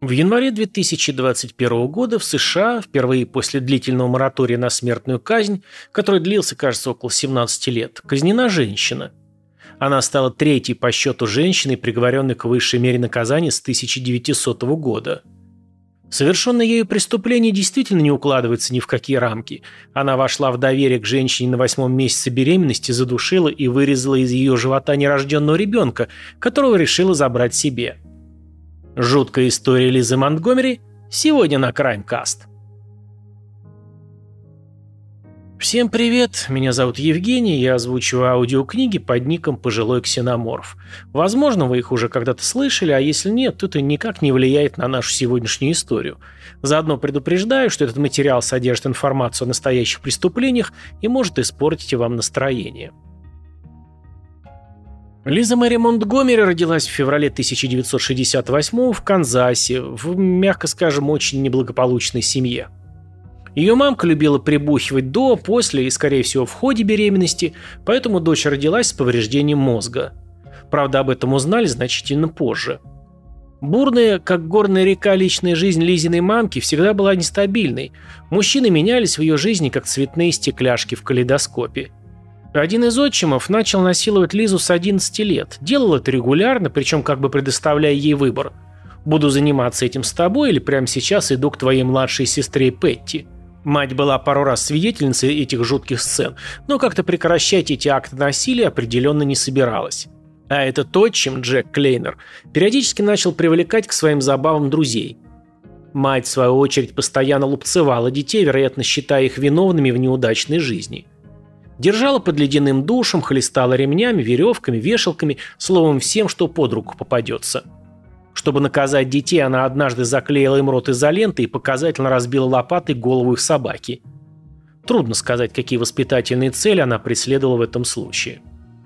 В январе 2021 года в США, впервые после длительного моратория на смертную казнь, который длился, кажется, около 17 лет, казнена женщина. Она стала третьей по счету женщиной, приговоренной к высшей мере наказания с 1900 года. Совершенное ею преступление действительно не укладывается ни в какие рамки. Она вошла в доверие к женщине на 8-м месяце беременности, задушила и вырезала из ее живота нерожденного ребенка, которого решила забрать себе. Жуткая история Лизы Монтгомери сегодня на Краймкаст. Всем привет, меня зовут Евгений, я озвучиваю аудиокниги под ником «Пожилой ксеноморф». Возможно, вы их уже когда-то слышали, а если нет, то это никак не влияет на нашу сегодняшнюю историю. Заодно предупреждаю, что этот материал содержит информацию о настоящих преступлениях и может испортить вам настроение. Лиза Мэри Монтгомери родилась в феврале 1968 в Канзасе, в, мягко скажем, очень неблагополучной семье. Ее мамка любила прибухивать до, после и, скорее всего, в ходе беременности, поэтому дочь родилась с повреждением мозга. Правда, об этом узнали значительно позже. Бурная, как горная река, личная жизнь Лизиной мамки всегда была нестабильной. Мужчины менялись в ее жизни, как цветные стекляшки в калейдоскопе. Один из отчимов начал насиловать Лизу с 11 лет. Делал это регулярно, причем как бы предоставляя ей выбор. «Буду заниматься этим с тобой или прямо сейчас иду к твоей младшей сестре Петти». Мать была пару раз свидетельницей этих жутких сцен, но как-то прекращать эти акты насилия определенно не собиралась. А этот отчим, Джек Клейнер, периодически начал привлекать к своим забавам друзей. Мать, в свою очередь, постоянно лупцевала детей, вероятно, считая их виновными в неудачной жизни. Держала под ледяным душем, хлестала ремнями, веревками, вешалками, словом, всем, что под руку попадется. Чтобы наказать детей, она однажды заклеила им рот изолентой и показательно разбила лопатой голову их собаки. Трудно сказать, какие воспитательные цели она преследовала в этом случае.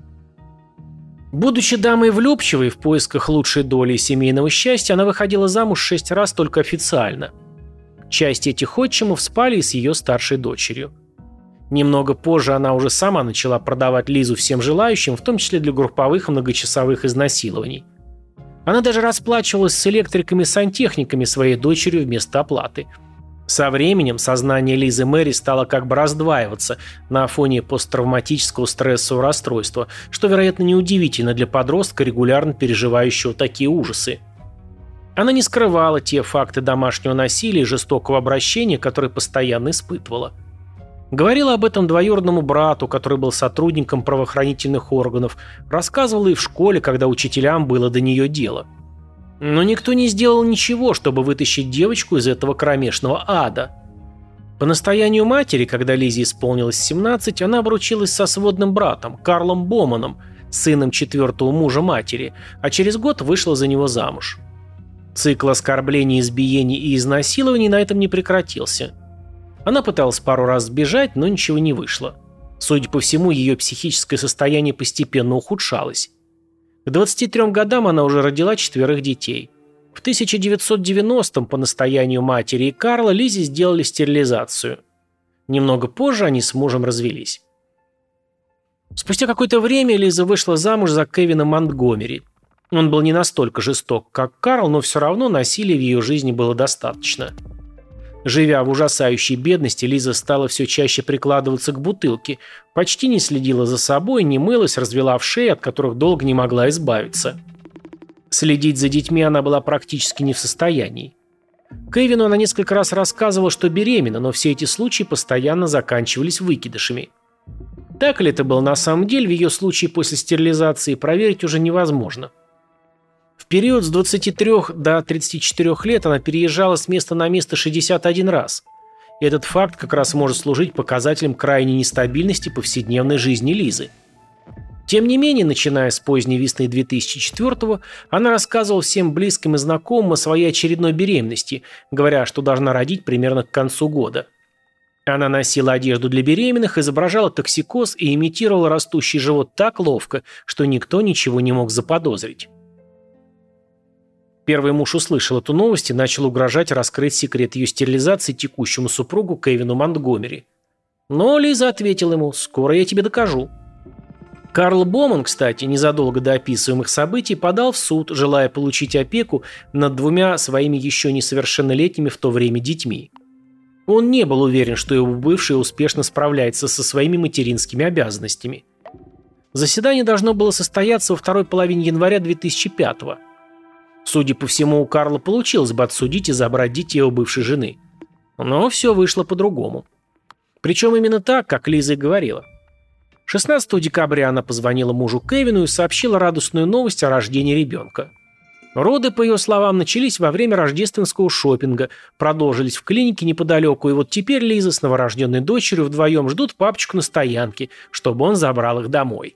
Будучи дамой влюбчивой в поисках лучшей доли и семейного счастья, она выходила замуж 6 раз только официально. Часть этих отчимов спали с ее старшей дочерью. Немного позже она уже сама начала продавать Лизу всем желающим, в том числе для групповых и многочасовых изнасилований. Она даже расплачивалась с электриками и сантехниками своей дочерью вместо оплаты. Со временем сознание Лизы Мэри стало как бы раздваиваться на фоне посттравматического стрессового расстройства, что, вероятно, неудивительно для подростка, регулярно переживающего такие ужасы. Она не скрывала те факты домашнего насилия и жестокого обращения, которые постоянно испытывала. Говорила об этом двоюродному брату, который был сотрудником правоохранительных органов, рассказывала и в школе, когда учителям было до нее дело. Но никто не сделал ничего, чтобы вытащить девочку из этого кромешного ада. По настоянию матери, когда Лизе исполнилось 17, она обручилась со сводным братом, Карлом Боманом, сыном 4-го мужа матери, а через год вышла за него замуж. Цикл оскорблений, избиений и изнасилований на этом не прекратился. Она пыталась пару раз сбежать, но ничего не вышло. Судя по всему, ее психическое состояние постепенно ухудшалось. К 23 годам она уже родила 4 детей. В 1990-м по настоянию матери и Карла Лизе сделали стерилизацию. Немного позже они с мужем развелись. Спустя какое-то время Лиза вышла замуж за Кевина Монтгомери. Он был не настолько жесток, как Карл, но все равно насилия в ее жизни было достаточно. Живя в ужасающей бедности, Лиза стала все чаще прикладываться к бутылке, почти не следила за собой, не мылась, развела вши, от которых долго не могла избавиться. Следить за детьми она была практически не в состоянии. Кевину она несколько раз рассказывала, что беременна, но все эти случаи постоянно заканчивались выкидышами. Так ли это было на самом деле, в ее случае после стерилизации, проверить уже невозможно. В период с 23 до 34 лет она переезжала с места на место 61 раз. И этот факт как раз может служить показателем крайней нестабильности повседневной жизни Лизы. Тем не менее, начиная с поздней весны 2004-го, она рассказывала всем близким и знакомым о своей очередной беременности, говоря, что должна родить примерно к концу года. Она носила одежду для беременных, изображала токсикоз и имитировала растущий живот так ловко, что никто ничего не мог заподозрить. Первый муж услышал эту новость и начал угрожать раскрыть секрет ее стерилизации текущему супругу Кевину Монтгомери. Но Лиза ответила ему: «Скоро я тебе докажу». Карл Боман, кстати, незадолго до описываемых событий подал в суд, желая получить опеку над двумя своими еще несовершеннолетними в то время детьми. Он не был уверен, что его бывшая успешно справляется со своими материнскими обязанностями. Заседание должно было состояться во второй половине января 2005-го. Судя по всему, у Карла получилось бы отсудить и забрать детей у бывшей жены. Но все вышло по-другому. Причем именно так, как Лиза и говорила. 16 декабря она позвонила мужу Кевину и сообщила радостную новость о рождении ребенка. Роды, по ее словам, начались во время рождественского шопинга, продолжились в клинике неподалеку, и вот теперь Лиза с новорожденной дочерью вдвоем ждут папочку на стоянке, чтобы он забрал их домой.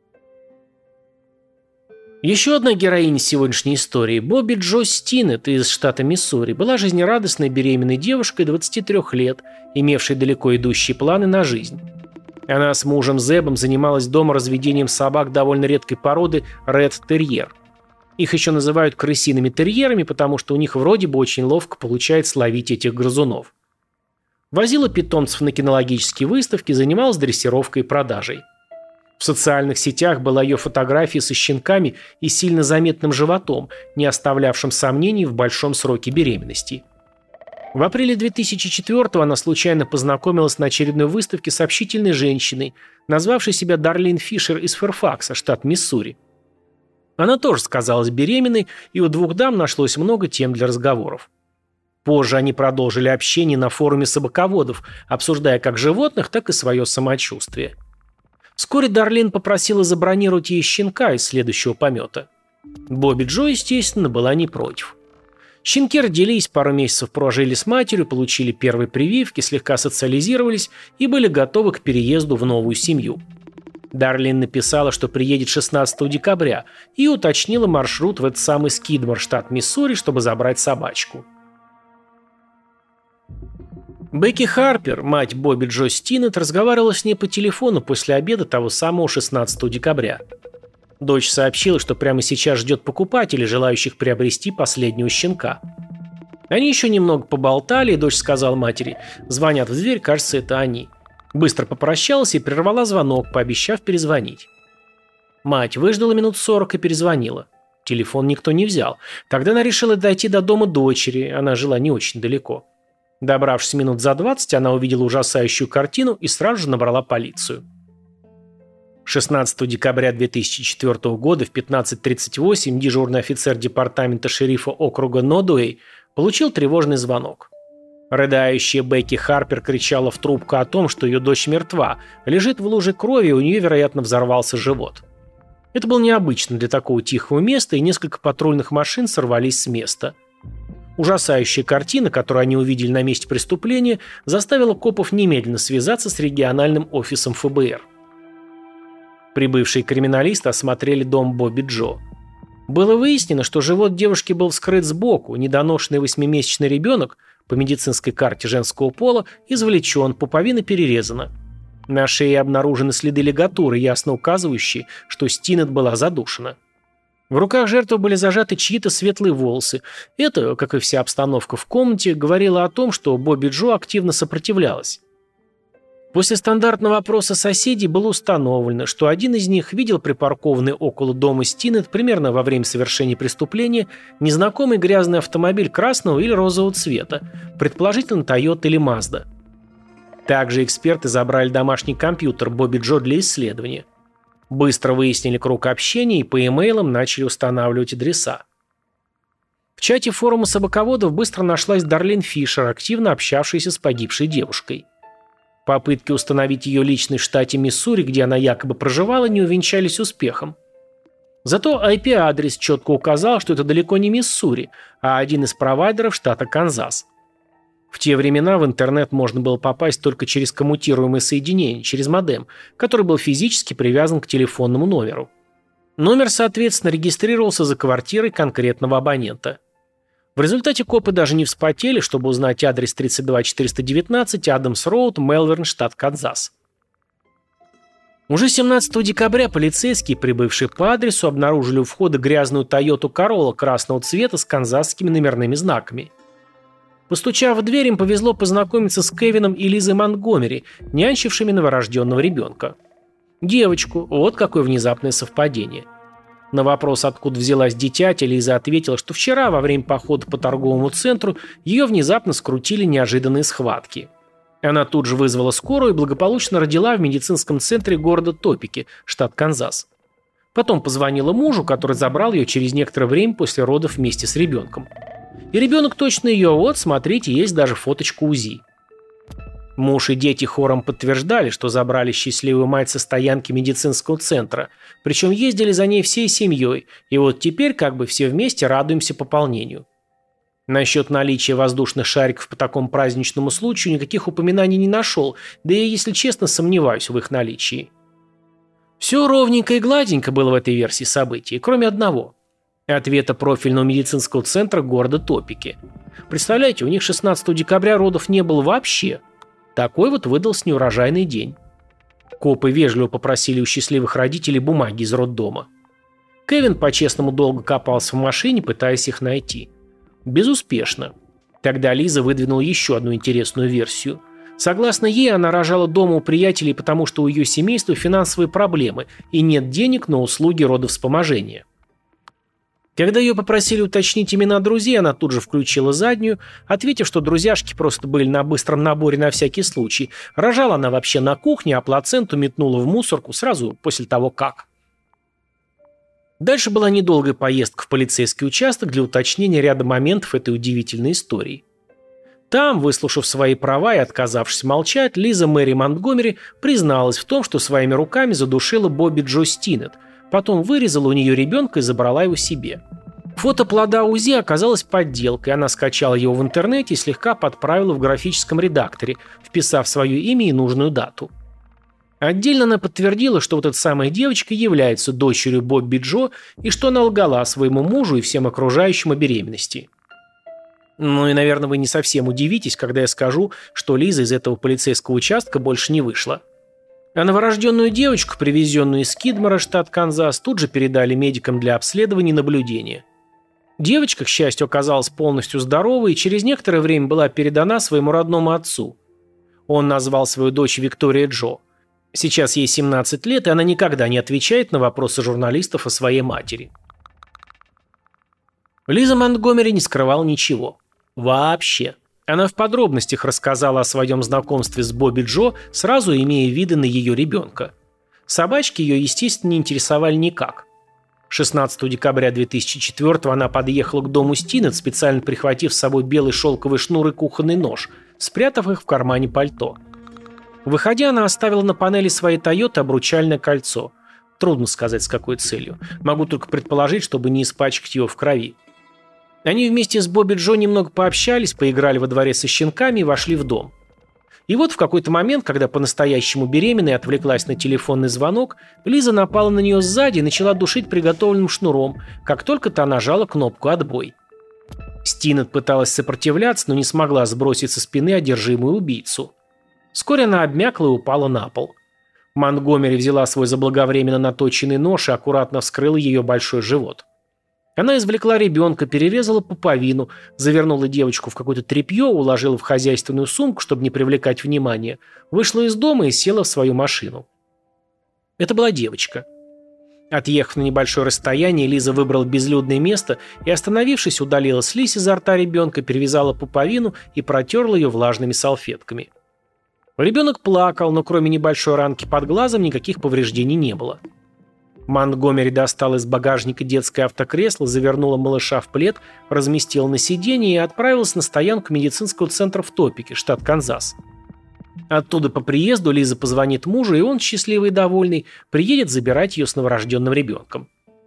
Еще одна героиня сегодняшней истории, Бобби Джо Стинет из штата Миссури, была жизнерадостной беременной девушкой 23 лет, имевшей далеко идущие планы на жизнь. Она с мужем Зебом занималась дома разведением собак довольно редкой породы ред-терьер. Их еще называют крысиными терьерами, потому что у них вроде бы очень ловко получается ловить этих грызунов. Возила питомцев на кинологические выставки, занималась дрессировкой и продажей. В социальных сетях была ее фотография со щенками и сильно заметным животом, не оставлявшим сомнений в большом сроке беременности. В апреле 2004-го она случайно познакомилась на очередной выставке с общительной женщиной, назвавшей себя Дарлин Фишер из Фэрфакса, штат Миссури. Она тоже сказалась беременной, и у двух дам нашлось много тем для разговоров. Позже они продолжили общение на форуме собаководов, обсуждая как животных, так и свое самочувствие. Вскоре Дарлин попросила забронировать ей щенка из следующего помета. Бобби Джо, естественно, была не против. Щенки родились, пару месяцев прожили с матерью, получили первые прививки, слегка социализировались и были готовы к переезду в новую семью. Дарлин написала, что приедет 16 декабря, и уточнила маршрут в этот самый Скидмор, штат Миссури, чтобы забрать собачку. Бекки Харпер, мать Бобби Джо Стинет, разговаривала с ней по телефону после обеда того самого 16 декабря. Дочь сообщила, что прямо сейчас ждет покупателей, желающих приобрести последнего щенка. Они еще немного поболтали, и дочь сказала матери: «Звонят в дверь, кажется, это они». Быстро попрощалась и прервала звонок, пообещав перезвонить. Мать выждала минут 40 и перезвонила. Телефон никто не взял. Тогда она решила дойти до дома дочери, она жила не очень далеко. Добравшись минут за 20, она увидела ужасающую картину и сразу же набрала полицию. 16 декабря 2004 года в 15:38 дежурный офицер департамента шерифа округа Нодуэй получил тревожный звонок. Рыдающая Бекки Харпер кричала в трубку о том, что ее дочь мертва, лежит в луже крови, и у нее, вероятно, взорвался живот. Это было необычно для такого тихого места, и несколько патрульных машин сорвались с места. Ужасающая картина, которую они увидели на месте преступления, заставила копов немедленно связаться с региональным офисом ФБР. Прибывшие криминалисты осмотрели дом Бобби Джо. Было выяснено, что живот девушки был вскрыт сбоку, недоношенный 8-месячный ребенок, по медицинской карте женского пола, извлечен, пуповина перерезана. На шее обнаружены следы лигатуры, ясно указывающие, что Стинет была задушена. В руках жертвы были зажаты чьи-то светлые волосы. Это, как и вся обстановка в комнате, говорило о том, что Бобби Джо активно сопротивлялась. После стандартного опроса соседей было установлено, что один из них видел припаркованный около дома Стинет примерно во время совершения преступления незнакомый грязный автомобиль красного или розового цвета, предположительно Toyota или Mazda. Также эксперты забрали домашний компьютер Бобби Джо для исследования. Быстро выяснили круг общения и по имейлам начали устанавливать адреса. В чате форума собаководов быстро нашлась Дарлин Фишер, активно общавшаяся с погибшей девушкой. Попытки установить ее личность в штате Миссури, где она якобы проживала, не увенчались успехом. Зато IP-адрес четко указал, что это далеко не Миссури, а один из провайдеров штата Канзас. В те времена в интернет можно было попасть только через коммутируемое соединение, через модем, который был физически привязан к телефонному номеру. Номер, соответственно, регистрировался за квартирой конкретного абонента. В результате копы даже не вспотели, чтобы узнать адрес 32419 Адамс Роуд, Мелверн, штат Канзас. Уже 17 декабря полицейские, прибывшие по адресу, обнаружили у входа грязную Toyota Corolla красного цвета с канзасскими номерными знаками. Постучав в дверь, им повезло познакомиться с Кевином и Лизой Монтгомери, нянчившими новорожденного ребенка. Девочку. Вот какое внезапное совпадение. На вопрос, откуда взялась дитятя, Лиза ответила, что вчера, во время похода по торговому центру, ее внезапно скрутили неожиданные схватки. Она тут же вызвала скорую и благополучно родила в медицинском центре города Топики, штат Канзас. Потом позвонила мужу, который забрал ее через некоторое время после родов вместе с ребенком. И ребенок точно ее, вот, смотрите, есть даже фоточка УЗИ. Муж и дети хором подтверждали, что забрали счастливую мать со стоянки медицинского центра, причем ездили за ней всей семьей, и вот теперь как бы все вместе радуемся пополнению. Насчет наличия воздушных шариков по такому праздничному случаю никаких упоминаний не нашел, да и, если честно, сомневаюсь в их наличии. Все ровненько и гладенько было в этой версии событий, кроме одного. Ответа профильного медицинского центра города Топики. Представляете, у них 16 декабря родов не было вообще. Такой вот выдался неурожайный день. Копы вежливо попросили у счастливых родителей бумаги из роддома. Кевин по-честному долго копался в машине, пытаясь их найти. Безуспешно. Тогда Лиза выдвинула еще одну интересную версию. Согласно ей, она рожала дома у приятелей, потому что у ее семейства финансовые проблемы и нет денег на услуги родовспоможения. Когда ее попросили уточнить имена друзей, она тут же включила заднюю, ответив, что друзьяшки просто были на быстром наборе на всякий случай. Рожала она вообще на кухне, а плаценту метнула в мусорку сразу после того, как. Дальше была недолгая поездка в полицейский участок для уточнения ряда моментов этой удивительной истории. Там, выслушав свои права и отказавшись молчать, Лиза Мэри Монтгомери призналась в том, что своими руками задушила Бобби Джо Стинет, потом вырезала у нее ребенка и забрала его себе. Фото плода УЗИ оказалось подделкой, она скачала его в интернете и слегка подправила в графическом редакторе, вписав свое имя и нужную дату. Отдельно она подтвердила, что вот эта самая девочка является дочерью Бобби Джо и что она лгала своему мужу и всем окружающим о беременности. Ну и, наверное, вы не совсем удивитесь, когда я скажу, что Лиза из этого полицейского участка больше не вышла. А новорожденную девочку, привезенную из Скидмора, штат Канзас, тут же передали медикам для обследования и наблюдения. Девочка, к счастью, оказалась полностью здоровой и через некоторое время была передана своему родному отцу. Он назвал свою дочь Виктория Джо. Сейчас ей 17 лет, и она никогда не отвечает на вопросы журналистов о своей матери. Лиза Монтгомери не скрывала ничего. Вообще. Она в подробностях рассказала о своем знакомстве с Бобби Джо, сразу имея виды на ее ребенка. Собачки ее, естественно, не интересовали никак. 16 декабря 2004 она подъехала к дому Стинет, специально прихватив с собой белый шелковый шнур и кухонный нож, спрятав их в кармане пальто. Выходя, она оставила на панели своей Тойоты обручальное кольцо. Трудно сказать, с какой целью. Могу только предположить, чтобы не испачкать его в крови. Они вместе с Бобби Джо немного пообщались, поиграли во дворе со щенками и вошли в дом. И вот в какой-то момент, когда по-настоящему беременная отвлеклась на телефонный звонок, Лиза напала на нее сзади и начала душить приготовленным шнуром, как только та нажала кнопку «Отбой». Стинет пыталась сопротивляться, но не смогла сбросить со спины одержимую убийцу. Вскоре она обмякла и упала на пол. Монтгомери взяла свой заблаговременно наточенный нож и аккуратно вскрыла ее большой живот. Она извлекла ребенка, перерезала пуповину, завернула девочку в какое-то тряпье, уложила в хозяйственную сумку, чтобы не привлекать внимания, вышла из дома и села в свою машину. Это была девочка. Отъехав на небольшое расстояние, Лиза выбрала безлюдное место и, остановившись, удалила слизь изо рта ребенка, перевязала пуповину и протерла ее влажными салфетками. Ребенок плакал, но кроме небольшой ранки под глазом никаких повреждений не было. Монтгомери достала из багажника детское автокресло, завернула малыша в плед, разместила на сиденье и отправилась на стоянку медицинского центра в Топике, штат Канзас. Оттуда по приезду Лиза позвонит мужу, и он, счастливый и довольный, приедет забирать ее с новорожденным ребенком.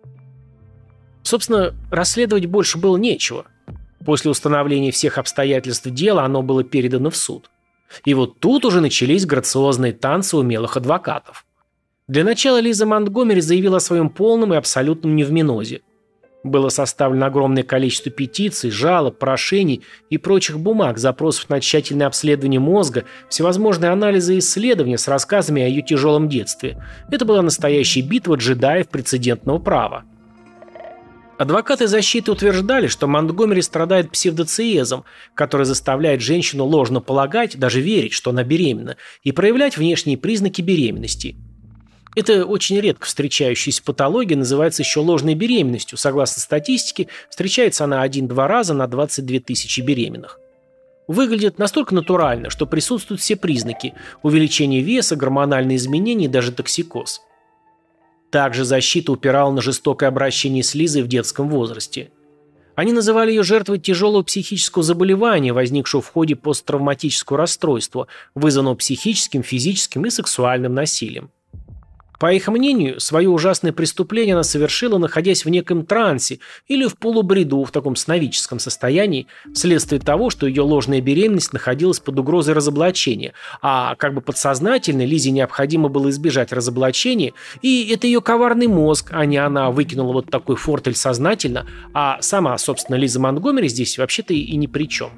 Собственно, расследовать больше было нечего. После установления всех обстоятельств дела оно было передано в суд. И вот тут уже начались грациозные танцы умелых адвокатов. Для начала Лиза Монтгомери заявила о своем полном и абсолютном невминозе. Было составлено огромное количество петиций, жалоб, прошений и прочих бумаг, запросов на тщательное обследование мозга, всевозможные анализы и исследования с рассказами о ее тяжелом детстве. Это была настоящая битва джедаев прецедентного права. Адвокаты защиты утверждали, что Монтгомери страдает псевдоциезом, который заставляет женщину ложно полагать, даже верить, что она беременна, и проявлять внешние признаки беременности. Это очень редко встречающаяся патология, называется еще ложной беременностью. Согласно статистике, встречается она 1-2 раза на 22 тысячи беременных. Выглядит настолько натурально, что присутствуют все признаки – увеличение веса, гормональные изменения и даже токсикоз. Также защита упирала на жестокое обращение с Лизой в детском возрасте. Они называли ее жертвой тяжелого психического заболевания, возникшего в ходе посттравматического расстройства, вызванного психическим, физическим и сексуальным насилием. По их мнению, свое ужасное преступление она совершила, находясь в неком трансе или в полубреду, в таком сновидческом состоянии, вследствие того, что ее ложная беременность находилась под угрозой разоблачения, а как бы подсознательно Лизе необходимо было избежать разоблачения, и это ее коварный мозг, а не она выкинула вот такой фортель сознательно, а сама, собственно, Лиза Монтгомери здесь вообще-то и ни при чем.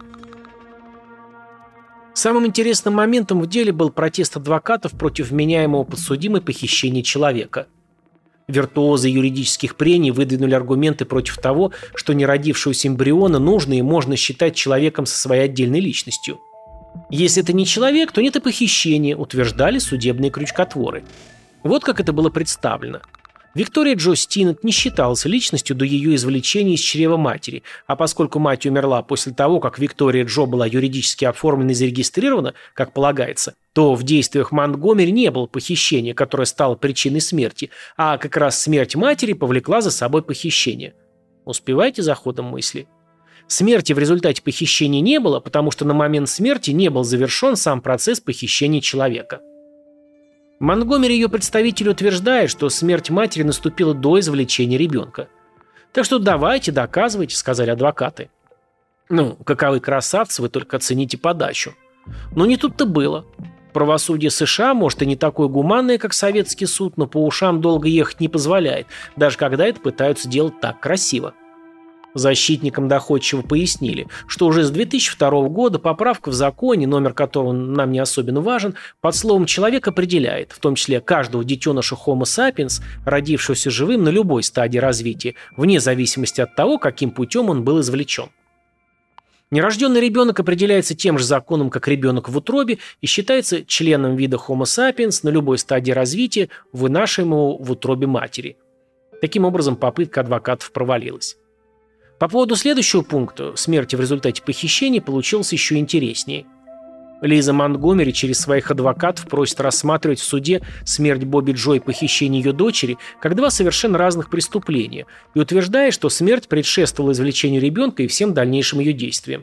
Самым интересным моментом в деле был протест адвокатов против вменяемого подсудимой похищения человека. Виртуозы юридических прений выдвинули аргументы против того, что неродившегося эмбриона нужно и можно считать человеком со своей отдельной личностью. Если это не человек, то нет и похищения, утверждали судебные крючкотворы. Вот как это было представлено. Виктория Джо Стинет не считалась личностью до ее извлечения из чрева матери, а поскольку мать умерла после того, как Виктория Джо была юридически оформлена и зарегистрирована, как полагается, то в действиях Монтгомери не было похищения, которое стало причиной смерти, а как раз смерть матери повлекла за собой похищение. Успеваете за ходом мысли? Смерти в результате похищения не было, потому что на момент смерти не был завершен сам процесс похищения человека. Монтгомери и ее представитель утверждает, что смерть матери наступила до извлечения ребенка. Так что давайте, доказывайте, сказали адвокаты. Ну, каковы красавцы, вы только оцените подачу. Но не тут-то было. Правосудие США, может, и не такое гуманное, как советский суд, но по ушам долго ехать не позволяет, даже когда это пытаются делать так красиво. Защитникам доходчиво пояснили, что уже с 2002 года поправка в законе, номер которого нам не особенно важен, под словом «человек» определяет, в том числе каждого детеныша Homo sapiens, родившегося живым на любой стадии развития, вне зависимости от того, каким путем он был извлечен. Нерожденный ребенок определяется тем же законом, как ребенок в утробе, и считается членом вида Homo sapiens на любой стадии развития, вынашиваемого в утробе матери. Таким образом, попытка адвокатов провалилась. По поводу следующего пункта, смерти в результате похищения, получилось еще интереснее. Лиза Монтгомери через своих адвокатов просит рассматривать в суде смерть Бобби Джо и похищение ее дочери как два совершенно разных преступления и утверждает, что смерть предшествовала извлечению ребенка и всем дальнейшим ее действиям.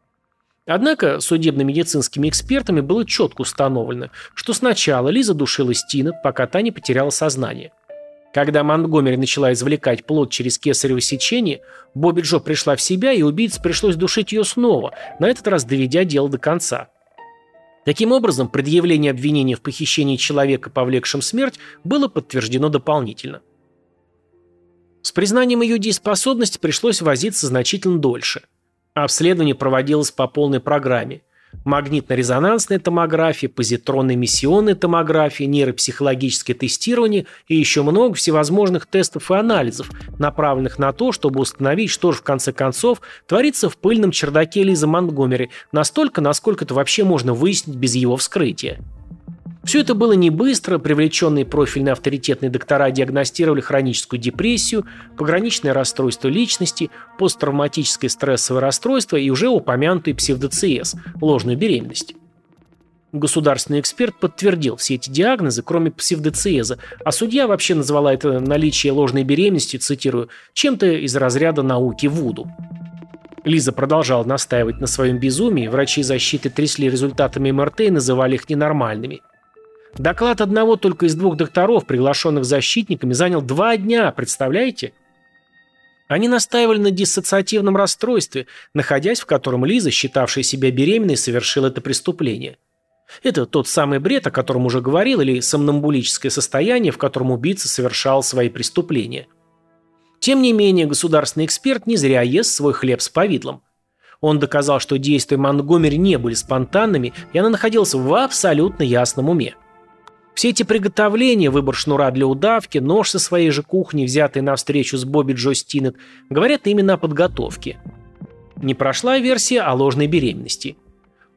Однако судебно-медицинскими экспертами было четко установлено, что сначала Лиза душила Стинет, пока та не потеряла сознание. Когда Монтгомери начала извлекать плод через кесарево сечение, Бобби Джо пришла в себя, и убийце пришлось душить ее снова, на этот раз доведя дело до конца. Таким образом, предъявление обвинения в похищении человека, повлекшем смерть, было подтверждено дополнительно. С признанием ее дееспособности пришлось возиться значительно дольше. Обследование проводилось по полной программе. Магнитно-резонансная томография, позитронно-эмиссионная томография, нейропсихологическое тестирование и еще много всевозможных тестов и анализов, направленных на то, чтобы установить, что же в конце концов творится в пыльном чердаке Лизы Монтгомери, настолько, насколько это вообще можно выяснить без его вскрытия. Все это было не быстро, привлеченные профильные авторитетные доктора диагностировали хроническую депрессию, пограничное расстройство личности, посттравматическое стрессовое расстройство и уже упомянутый псевдо-ЦС – ложную беременность. Государственный эксперт подтвердил все эти диагнозы, кроме псевдоциеза, а судья вообще назвала это наличие ложной беременности, цитирую, чем-то из разряда науки вуду. Лиза продолжала настаивать на своем безумии, врачи защиты трясли результатами МРТ и называли их ненормальными. Доклад одного только из двух докторов, приглашенных защитниками, занял 2 дня, представляете? Они настаивали на диссоциативном расстройстве, находясь в котором Лиза, считавшая себя беременной, совершила это преступление. Это тот самый бред, о котором уже говорил, или сомнамбулическое состояние, в котором убийца совершал свои преступления. Тем не менее, государственный эксперт не зря ест свой хлеб с повидлом. Он доказал, что действия Монтгомери не были спонтанными, и она находилась в абсолютно ясном уме. Все эти приготовления, выбор шнура для удавки, нож со своей же кухни, взятый на встречу с Бобби Джо Стинет, говорят именно о подготовке. Не прошла версия о ложной беременности.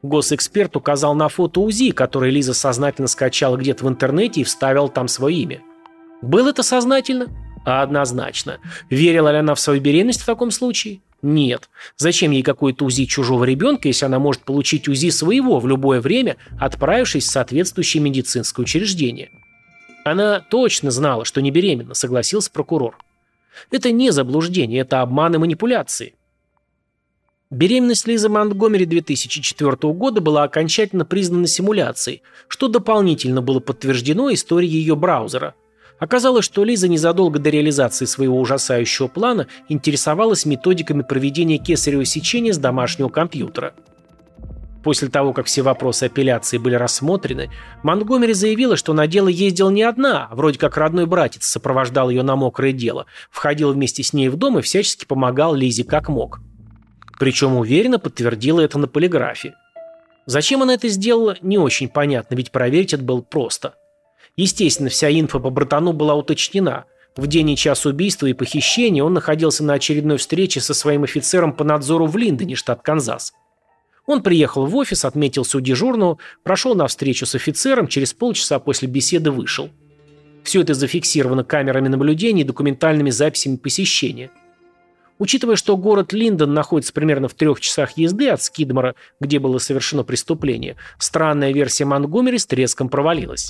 Госэксперт указал на фото УЗИ, которое Лиза сознательно скачала где-то в интернете и вставила там свое имя. Было это сознательно? Однозначно. Верила ли она в свою беременность в таком случае? Нет. Зачем ей какое-то УЗИ чужого ребенка, если она может получить УЗИ своего в любое время, отправившись в соответствующее медицинское учреждение? Она точно знала, что не беременна, согласился прокурор. Это не заблуждение, это обман и манипуляции. Беременность Лизы Монтгомери 2004 года была окончательно признана симуляцией, что дополнительно было подтверждено историей ее браузера. Оказалось, что Лиза незадолго до реализации своего ужасающего плана интересовалась методиками проведения кесарево сечения с домашнего компьютера. После того, как все вопросы апелляции были рассмотрены, Монтгомери заявила, что на дело ездила не одна, вроде как родной братец сопровождал ее на мокрое дело, входил вместе с ней в дом и всячески помогал Лизе как мог. Причем уверенно подтвердила это на полиграфе. Зачем она это сделала, не очень понятно, ведь проверить это было просто. Естественно, вся инфа по братану была уточнена. В день и час убийства и похищения он находился на очередной встрече со своим офицером по надзору в Линдоне, штат Канзас. Он приехал в офис, отметился у дежурного, прошел на встречу с офицером, через полчаса после беседы вышел. Все это зафиксировано камерами наблюдения и документальными записями посещения. Учитывая, что город Линдон находится примерно в 3 часах езды от Скидмора, где было совершено преступление, странная версия Монтгомери с треском провалилась.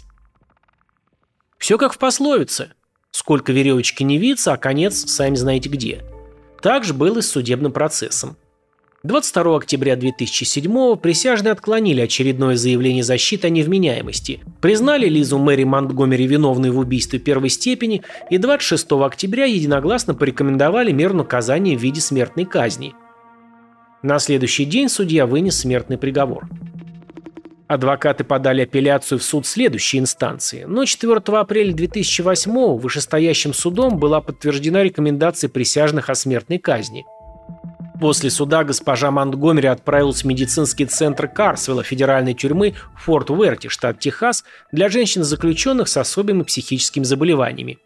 Все как в пословице. Сколько веревочки не виться, а конец сами знаете где. Так же было и с судебным процессом. 22 октября 2007-го присяжные отклонили очередное заявление защиты о невменяемости, признали Лизу Мэри Монтгомери виновной в убийстве первой степени и 26 октября единогласно порекомендовали меру наказания в виде смертной казни. На следующий день судья вынес смертный приговор. Адвокаты подали апелляцию в суд следующей инстанции, но 4 апреля 2008-го вышестоящим судом была подтверждена рекомендация присяжных о смертной казни. После суда госпожа Монтгомери отправилась в медицинский центр Карсвелла федеральной тюрьмы в Форт Уэрте, штат Техас, для женщин-заключенных с особыми психическими заболеваниями.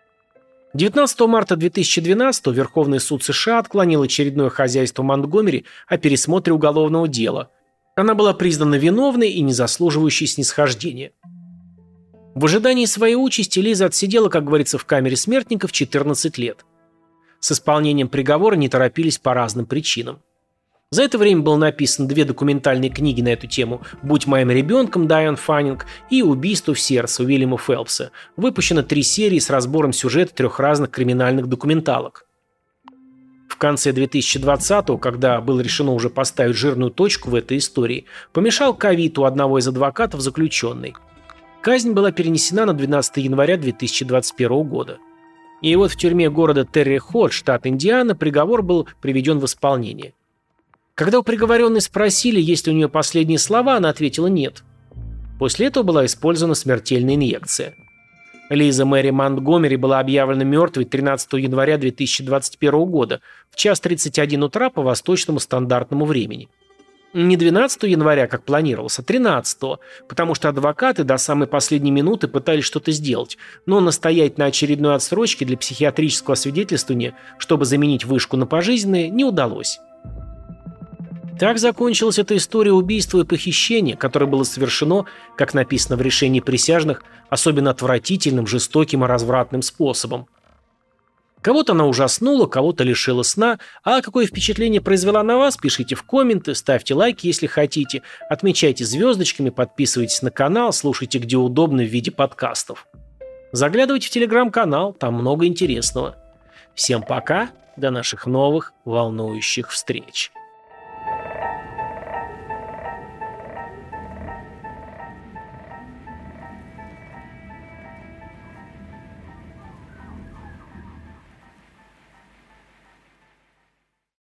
19 марта 2012 Верховный суд США отклонил очередное хозяйство Монтгомери о пересмотре уголовного дела. Она была признана виновной и не заслуживающей снисхождения. В ожидании своей участи Лиза отсидела, как говорится, в камере смертников 14 лет. С исполнением приговора не торопились по разным причинам. За это время было написано 2 документальные книги на эту тему «Будь моим ребенком» Дайан Фаннинг и «Убийство в сердце» Уильяма Фелпса. Выпущено 3 серии с разбором сюжета 3 разных криминальных документалок. В конце 2020-го, когда было решено уже поставить жирную точку в этой истории, помешал ковид у одного из адвокатов заключенной. Казнь была перенесена на 12 января 2021 года. И вот в тюрьме города Терри-Ходж, штат Индиана, приговор был приведен в исполнение. Когда у приговоренной спросили, есть ли у нее последние слова, она ответила «нет». После этого была использована смертельная инъекция. Лиза Мэри Монтгомери была объявлена мертвой 13 января 2021 года в 1:31 утра по восточному стандартному времени. Не 12 января, как планировалось, а 13, потому что адвокаты до самой последней минуты пытались что-то сделать, но настоять на очередной отсрочке для психиатрического освидетельствования, чтобы заменить вышку на пожизненное, не удалось. Так закончилась эта история убийства и похищения, которое было совершено, как написано в решении присяжных, особенно отвратительным, жестоким и развратным способом. Кого-то она ужаснула, кого-то лишила сна, а какое впечатление произвела на вас, пишите в комменты, ставьте лайки, если хотите, отмечайте звездочками, подписывайтесь на канал, слушайте где удобно в виде подкастов. Заглядывайте в телеграм-канал, там много интересного. Всем пока, до наших новых волнующих встреч.